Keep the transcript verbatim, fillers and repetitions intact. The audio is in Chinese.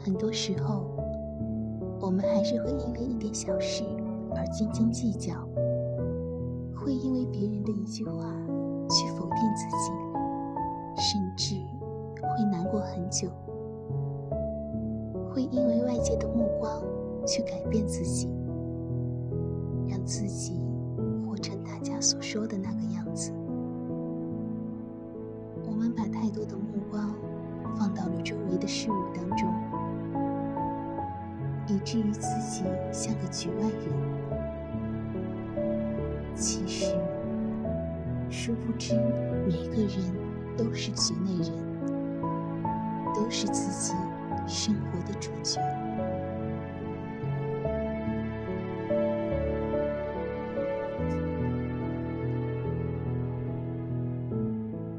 很多时候，我们还是会因为一点小事而斤斤计较，会因为别人的一句话去否定自己，甚至会难过很久，会因为外界的目光去改变自己，让自己活成大家所说的那个样子。我们把太多的目光放到了周围的事物当中，以至于自己像个局外人。其实，殊不知每个人都是局内人，都是自己生活的主角。